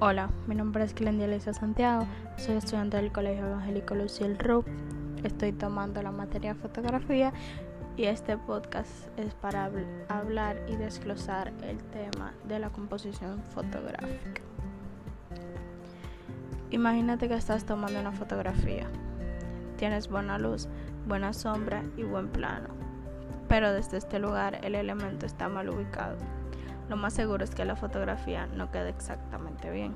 Hola, mi nombre es Glendia Elisa Santiago, soy estudiante del Colegio Evangélico Luciel Rup, estoy tomando la materia de fotografía y este podcast es para hablar y desglosar el tema de la composición fotográfica. Imagínate que estás tomando una fotografía, tienes buena luz, buena sombra y buen plano, pero desde este lugar el elemento está mal ubicado. Lo más seguro es que la fotografía no quede exactamente bien.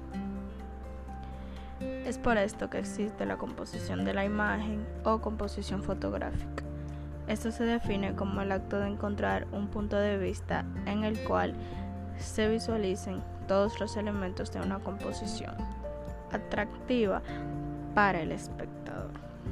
Es por esto que existe la composición de la imagen o composición fotográfica. Esto se define como el acto de encontrar un punto de vista en el cual se visualicen todos los elementos de una composición atractiva para el espectador.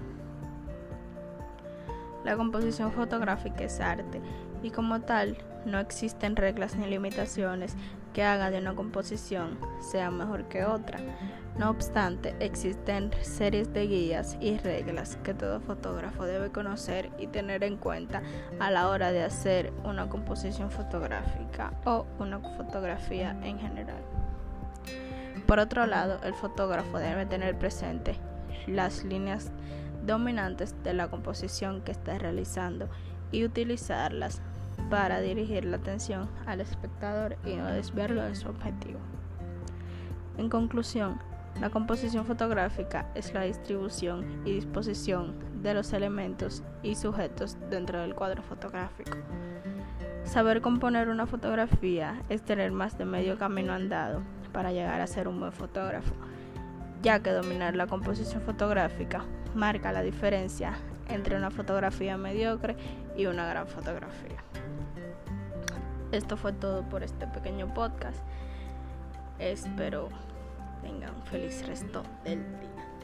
La composición fotográfica es arte y como tal no existen reglas ni limitaciones que hagan de una composición sea mejor que otra. No obstante, existen series de guías y reglas que todo fotógrafo debe conocer y tener en cuenta a la hora de hacer una composición fotográfica o una fotografía en general. Por otro lado, el fotógrafo debe tener presente las líneas dominantes de la composición que está realizando y utilizarlas para dirigir la atención al espectador y no desviarlo de su objetivo. En conclusión, la composición fotográfica es la distribución y disposición de los elementos y sujetos dentro del cuadro fotográfico. Saber componer una fotografía es tener más de medio camino andado para llegar a ser un buen fotógrafo, ya que dominar la composición fotográfica marca la diferencia entre una fotografía mediocre y una gran fotografía. Esto fue todo por este pequeño podcast. Espero tengan un feliz resto del día.